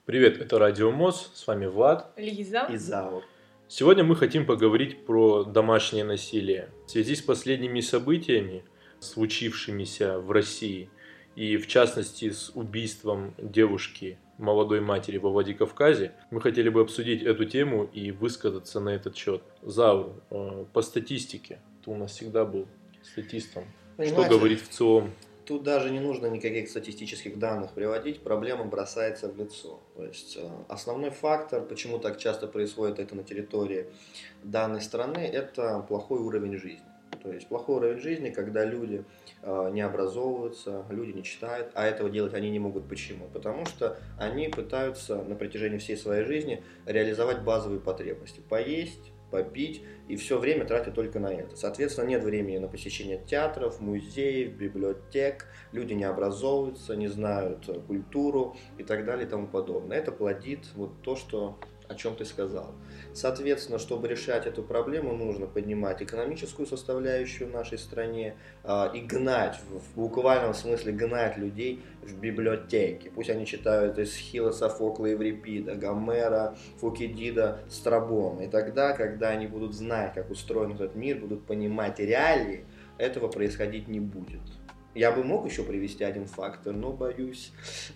Привет, это Радио МОЗ, с вами Влад. Лиза. И Заур. Сегодня мы хотим поговорить про домашнее насилие. В связи с последними событиями, случившимися в России, и в частности с убийством девушки, молодой матери во Владикавказе, мы хотели бы обсудить эту тему и высказаться на этот счет. Заур, по статистике, ты у нас всегда был статистом. Что Понимаете, говорит в ЦИОМ? Тут даже не нужно никаких статистических данных приводить, проблема бросается в лицо. То есть основной фактор, почему так часто происходит это на территории данной страны, это плохой уровень жизни. То есть плохой уровень жизни, когда люди не образовываются, люди не читают, а этого делать они не могут. Почему? Потому что они пытаются на протяжении всей своей жизни реализовать базовые потребности. Поесть, попить, и все время тратят только на это. Соответственно, нет времени на посещение театров, музеев, библиотек, люди не образовываются, не знают культуру и так далее и тому подобное. Это плодит вот то, о чем ты сказал. Соответственно, чтобы решать эту проблему, нужно поднимать экономическую составляющую в нашей стране и гнать, в буквальном смысле гнать людей в библиотеки. Пусть они читают Эсхила, Софокла, Еврипида, Гомера, Фукидида, Страбона. И тогда, когда они будут знать, как устроен этот мир, будут понимать реалии, этого происходить не будет. Я бы мог еще привести один фактор, но боюсь,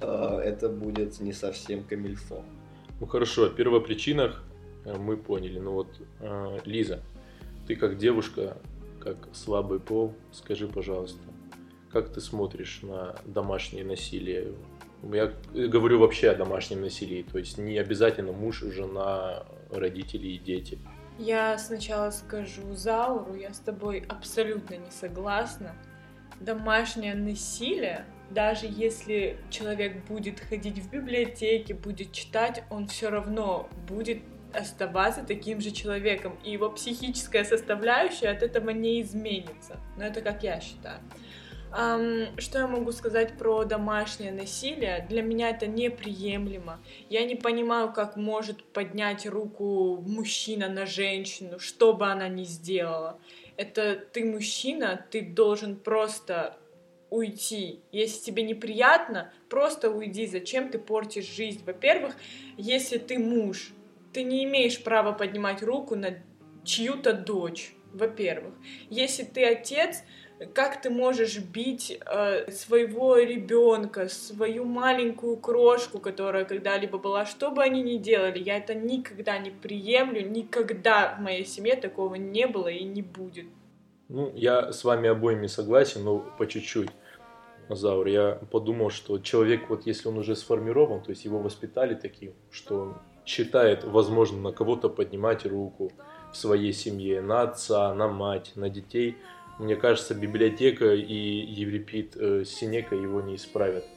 это будет не совсем камильфо. Ну хорошо, о первопричинах мы поняли. Ну вот, Лиза, ты как девушка, как слабый пол, скажи, пожалуйста, как ты смотришь на домашнее насилие? Я говорю вообще о домашнем насилии, то есть не обязательно муж, жена, родители и дети. Я сначала скажу Зауру, я с тобой абсолютно не согласна. Домашнее насилие, даже если человек будет ходить в библиотеки, будет читать, он все равно будет оставаться таким же человеком, и его психическая составляющая от этого не изменится. Но это как я считаю. Что я могу сказать про домашнее насилие? Для меня это неприемлемо. Я не понимаю, как может поднять руку мужчина на женщину, что бы она ни сделала. Это ты мужчина, ты должен просто уйти. Если тебе неприятно, просто уйди. Зачем ты портишь жизнь? Во-первых, если ты муж, ты не имеешь права поднимать руку на чью-то дочь. Во-первых, если ты отец, как ты можешь бить своего ребенка, свою маленькую крошку, которая когда-либо была, что бы они ни делали, я это никогда не приемлю, никогда в моей семье такого не было и не будет. Ну, я с вами обоими согласен, но по чуть-чуть. Заур, я подумал, что человек, вот если он уже сформирован, то есть его воспитали таким, что он считает возможно на кого-то поднимать руку в своей семье, на отца, на мать, на детей, мне кажется, библиотека и Еврипид Синека его не исправят.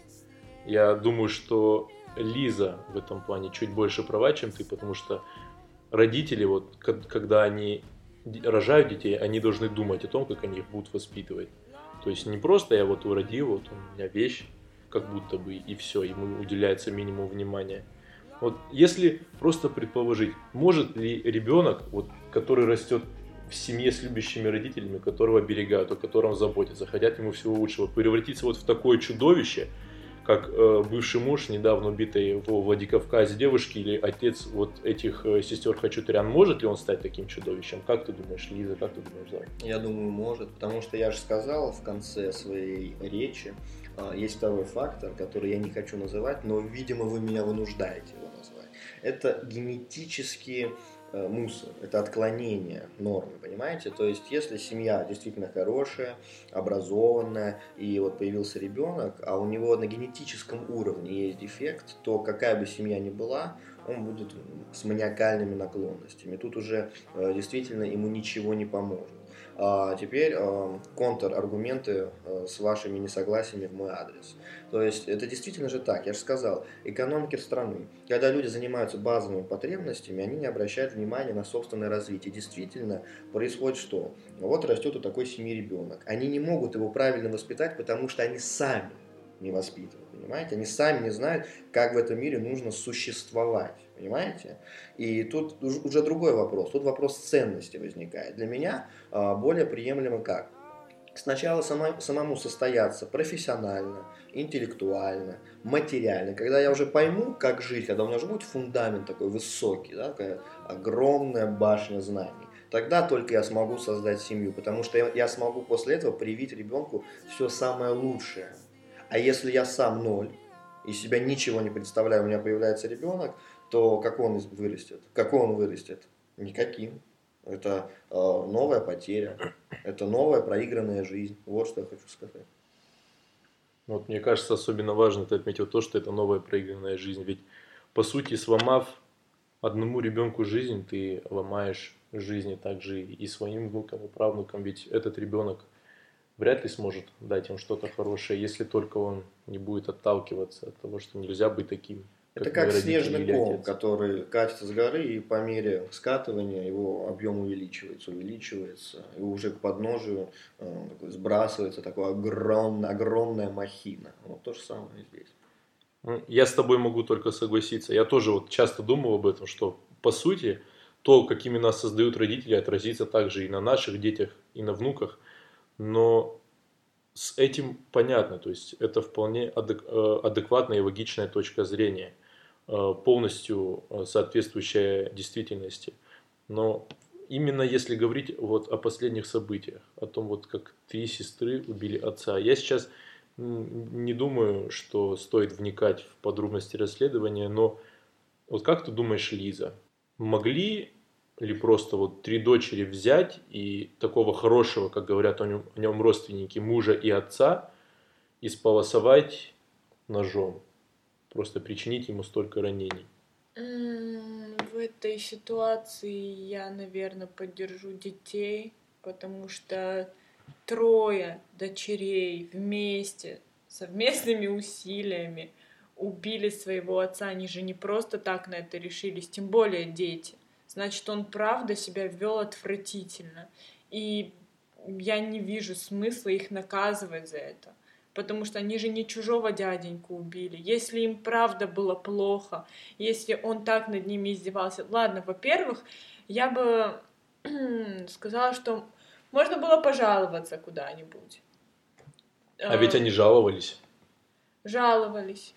Я думаю, что Лиза в этом плане чуть больше права, чем ты, потому что родители, вот, когда они рожают детей, они должны думать о том, как они их будут воспитывать. То есть не просто я вот уродил, вот у меня вещь, как будто бы, и все, ему уделяется минимум внимания. Вот если просто предположить, может ли ребенок, вот, который растет в семье с любящими родителями, которого оберегают, о котором заботятся, хотят ему всего лучшего, превратиться вот в такое чудовище, как бывший муж, недавно убитый во Владикавказе девушки, или отец вот этих сестер Хачатурян, может ли он стать таким чудовищем? Как ты думаешь, Лиза, как ты думаешь, Зара? Я думаю, может, потому что я же сказал в конце своей речи, есть второй фактор, который я не хочу называть, но, видимо, вы меня вынуждаете его назвать. Это генетические мусор, это отклонение нормы, понимаете? То есть, если семья действительно хорошая, образованная, и вот появился ребенок, а у него на генетическом уровне есть дефект, то какая бы семья ни была, он будет с маниакальными наклонностями. Тут уже действительно ему ничего не поможет. А теперь контраргументы с вашими несогласиями в мой адрес. То есть это действительно же так, я же сказал, экономики страны. Когда люди занимаются базовыми потребностями, они не обращают внимания на собственное развитие. Действительно происходит что? Вот растет у такой семьи ребенок. Они не могут его правильно воспитать, потому что они сами не воспитывают, понимаете? Они сами не знают, как в этом мире нужно существовать, понимаете? И тут уже другой вопрос, тут вопрос ценности возникает. Для меня более приемлемо как? сначала самому состояться профессионально, интеллектуально, материально. Когда я уже пойму, как жить, когда у меня уже будет фундамент такой высокий, да, такая огромная башня знаний, тогда только я смогу создать семью, потому что я смогу после этого привить ребенку все самое лучшее. А если я сам ноль, и себя ничего не представляю, у меня появляется ребенок, то какой он вырастет? Какой он вырастет? Никаким. Это новая потеря, это новая проигранная жизнь. Вот что я хочу сказать. Вот мне кажется, особенно важно ты отметил то, что это новая проигранная жизнь. Ведь, по сути, сломав одному ребенку жизнь, ты ломаешь жизни также и своим внукам, и правнукам. Ведь этот ребенок вряд ли сможет дать им что-то хорошее, если только он не будет отталкиваться от того, что нельзя быть таким. Это как мои родители снежный или ком, отец. который катится с горы, и по мере скатывания его объем увеличивается, и уже к подножию сбрасывается такая огромная махина. Вот то же самое здесь. Ну, я с тобой могу только согласиться. Я тоже вот часто думал об этом, что по сути то, какими нас создают родители, отразится также и на наших детях, и на внуках. Но с этим понятно, то есть это вполне адекватная и логичная точка зрения, полностью соответствующая действительности. Но именно если говорить вот о последних событиях, о том, вот как 3 сестры убили отца, я сейчас не думаю, что стоит вникать в подробности расследования, но вот как ты думаешь, Лиза, могли ли просто вот 3 дочери взять и такого хорошего, как говорят о нем родственники, мужа и отца, исполосовать ножом, просто причинить ему столько ранений? В этой ситуации я, наверное, поддержу детей, потому что 3 дочерей вместе, совместными усилиями убили своего отца. Они же не просто так на это решились, тем более дети. Значит, он правда себя вел отвратительно. И я не вижу смысла их наказывать за это. Потому что они же не чужого дяденьку убили. Если им правда было плохо, если он так над ними издевался. Ладно, во-первых, я бы сказала, что можно было пожаловаться куда-нибудь. А ведь они жаловались. Жаловались.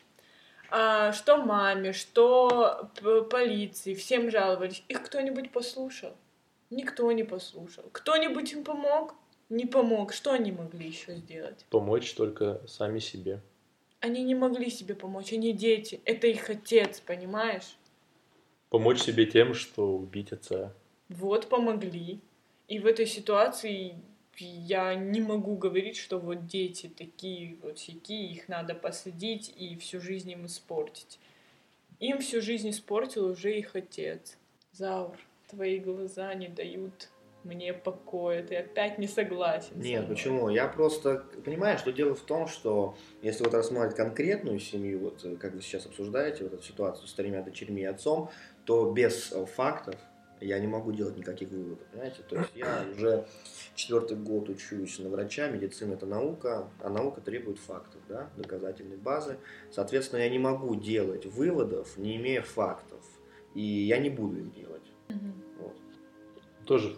Что маме, что полиции, всем жаловались. Их кто-нибудь послушал? Никто не послушал. Кто-нибудь им помог? Не помог. Что они могли еще сделать? Помочь только сами себе. Они не могли себе помочь. Они дети. Это их отец, понимаешь? Помочь себе тем, что убить отца. Вот помогли. И в этой ситуации я не могу говорить, что вот дети такие вот сякие, их надо посадить и всю жизнь им испортить. Им всю жизнь испортил уже их отец. Заур, твои глаза не дают мне покоя. Ты опять не согласен. Нет, почему? Я просто понимаю, что дело в том, что если вот рассматривать конкретную семью, вот как вы сейчас обсуждаете, вот эту ситуацию с 3 дочерьми и отцом, то без фактов я не могу делать никаких выводов, понимаете? То есть я уже 4-й год учусь на врача, медицина – это наука, а наука требует фактов, да, доказательной базы. Соответственно, я не могу делать выводов, не имея фактов, и я не буду их делать. Вот. Тоже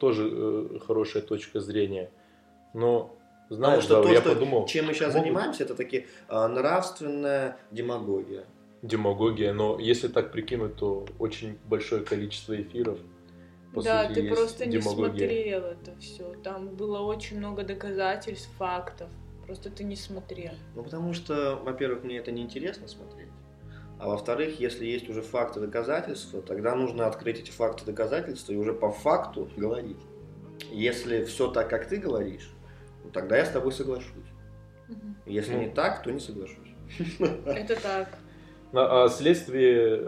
хорошая точка зрения. Но, знаешь, потому что я подумал... чем мы сейчас занимаемся, это таки нравственная демагогия. Демагогия, но если так прикинуть, то очень большое количество эфиров. По да, сути, ты есть просто не демагогия. смотрел это все. Там было очень много доказательств, фактов. Просто ты не смотрел. Ну, потому что, во-первых, мне это неинтересно смотреть. А во-вторых, если есть уже факты, доказательства, тогда нужно открыть эти факты, доказательства и уже по факту говорить. Если все так, как ты говоришь, ну, тогда я с тобой соглашусь. Если не так, то не соглашусь. Это так. А следствие,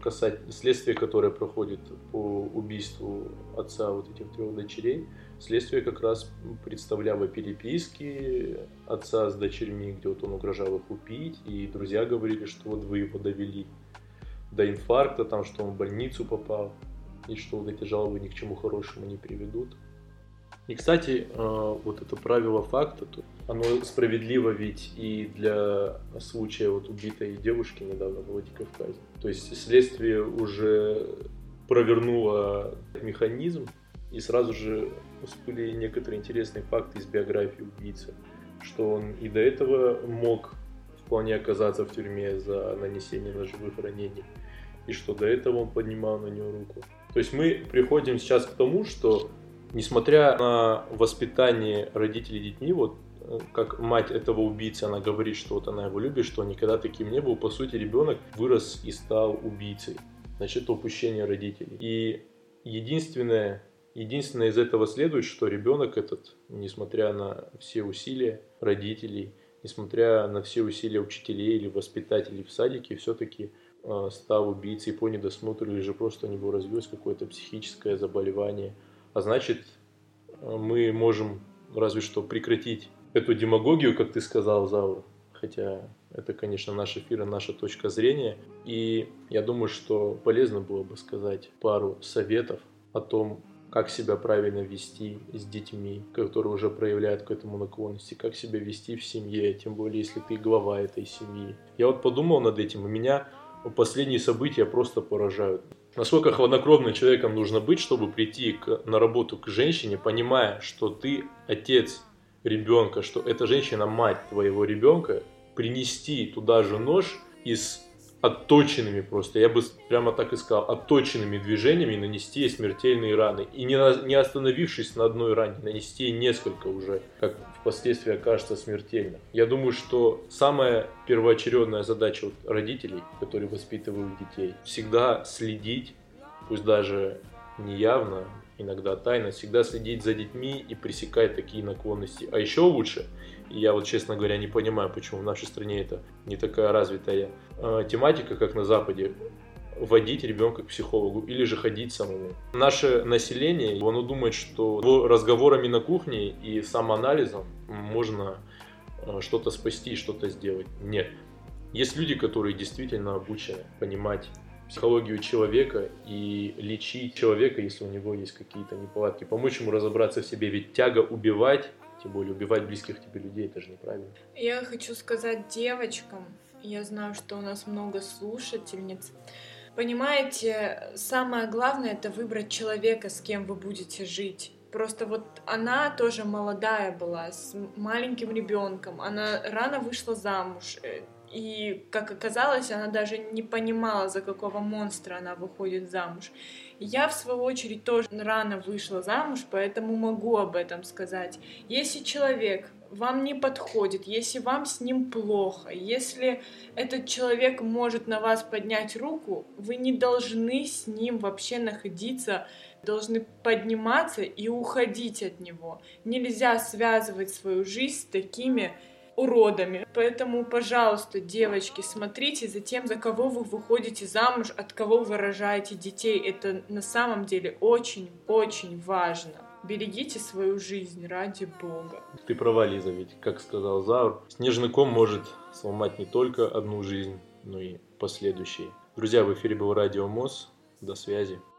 которое проходит по убийству отца вот этих 3 дочерей, следствие как раз представляло переписки отца с дочерьми, где вот он угрожал их убить, и друзья говорили, что вот вы его довели до инфаркта, там, что он в больницу попал, и что вот эти жалобы ни к чему хорошему не приведут. И, кстати, вот это правило факта, оно справедливо ведь и для случая вот убитой девушки недавно в Владикавказе. То есть следствие уже провернуло механизм И сразу же всплыли некоторые интересные факты из биографии убийцы, что он и до этого мог вполне оказаться в тюрьме за нанесение ножевых ранений, и что до этого он поднимал на него руку. То есть мы приходим сейчас к тому, что несмотря на воспитание родителей детьми, вот как мать этого убийцы, она говорит, что вот она его любит, что он никогда таким не был, по сути ребенок вырос и стал убийцей. Значит, это упущение родителей. И единственное из этого следует, что ребенок этот, несмотря на все усилия родителей, несмотря на все усилия учителей или воспитателей в садике, все-таки стал убийцей по недосмотру, или же просто у него развилось какое-то психическое заболевание. А значит, мы можем разве что прекратить эту демагогию, как ты сказал, Заур. Хотя это, конечно, наш эфир и наша точка зрения. И я думаю, что полезно было бы сказать пару советов о том, как себя правильно вести с детьми, которые уже проявляют к этому наклонности, как себя вести в семье, тем более, если ты глава этой семьи. Я вот подумал над этим, и меня последние события просто поражают. Насколько хладнокровным человеком нужно быть, чтобы прийти на работу к женщине, понимая, что ты отец ребенка, что эта женщина мать твоего ребенка, принести туда же нож и с отточенными просто, я бы прямо так и сказал, отточенными движениями нанести ей смертельные раны. И не остановившись на одной ране, нанести ей несколько уже, как впоследствии окажется смертельно. Я думаю, что самая первоочередная задача родителей, которые воспитывают детей, всегда следить, пусть даже неявно, иногда тайно, всегда следить за детьми и пресекать такие наклонности. А еще лучше, и я вот, честно говоря, не понимаю, почему в нашей стране это не такая развитая тематика, как на Западе, водить ребенка к психологу или же ходить самому. Наше население, оно думает, что разговорами на кухне и самоанализом можно что-то спасти, что-то сделать. Нет. Есть люди, которые действительно обучены понимать психологию человека и лечить человека, если у него есть какие-то неполадки, помочь ему разобраться в себе, ведь тяга убивать, тем более убивать близких тебе людей, это же неправильно. Я хочу сказать девочкам, я знаю, что у нас много слушательниц, понимаете, самое главное — это выбрать человека, с кем вы будете жить. Просто вот она тоже молодая была, с маленьким ребенком, она рано вышла замуж. И, как оказалось, она даже не понимала, за какого монстра она выходит замуж. Я, в свою очередь, тоже рано вышла замуж, поэтому могу об этом сказать. Если человек вам не подходит, если вам с ним плохо, если этот человек может на вас поднять руку, вы не должны с ним вообще находиться, должны подниматься и уходить от него. Нельзя связывать свою жизнь с такими уродами. Поэтому, пожалуйста, девочки, смотрите за тем, за кого вы выходите замуж, от кого вы рожаете детей. Это на самом деле очень-очень важно. Берегите свою жизнь, ради Бога. Ты права, Лиза, ведь, как сказал Заур, снежный ком может сломать не только одну жизнь, но и последующие. Друзья, в эфире был Радио МОС. До связи.